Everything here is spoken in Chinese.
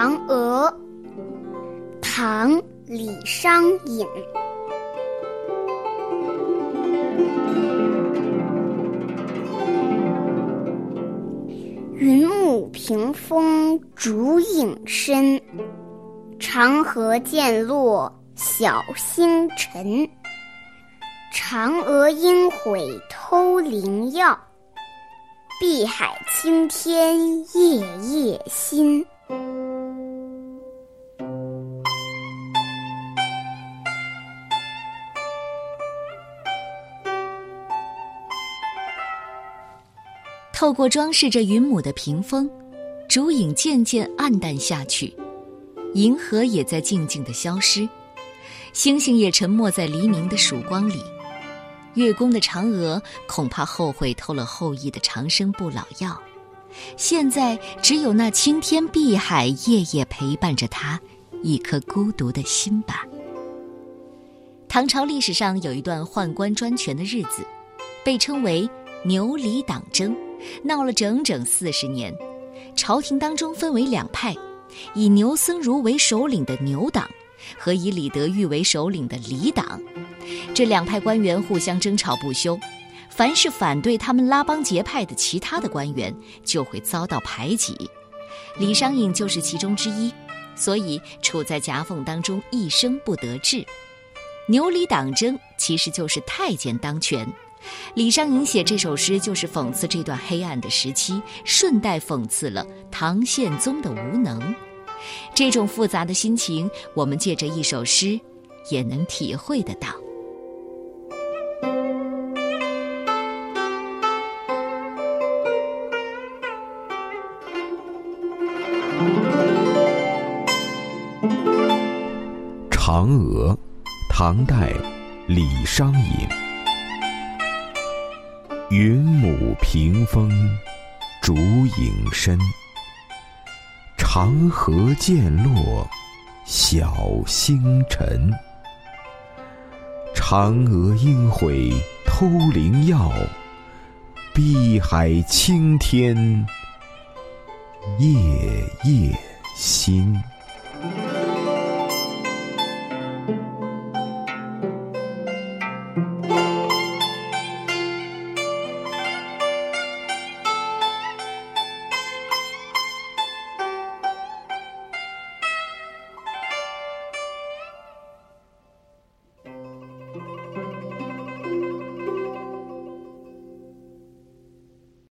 嫦娥，唐·李商隐。云母屏风烛影深，长河渐落晓星沉。嫦娥应悔偷灵药，碧海青天夜夜心。 透过装饰着云母的屏风，烛影渐渐暗淡下去，银河也在静静地消失，星星也沉没在黎明的曙光里。月宫的嫦娥恐怕后悔偷了后羿的长生不老药，现在只有那青天碧海夜夜陪伴着她一颗孤独的心吧。唐朝历史上有一段宦官专权的日子，被称为牛李党争，闹了整整40年。朝廷当中分为两派，以牛僧孺为首领的牛党和以李德裕为首领的李党。这两派官员互相争吵不休，凡是反对他们拉帮结派的其他的官员就会遭到排挤。李商隐就是其中之一，所以处在夹缝当中，一生不得志。牛李党争其实就是太监当权，李商隐写这首诗就是讽刺这段黑暗的时期，顺带讽刺了唐宪宗的无能。这种复杂的心情，我们借着一首诗也能体会得到。 嫦娥，唐代，李商隐。云母屏风烛影深，长河渐落晓星沉。嫦娥应悔偷灵药，碧海青天夜夜心。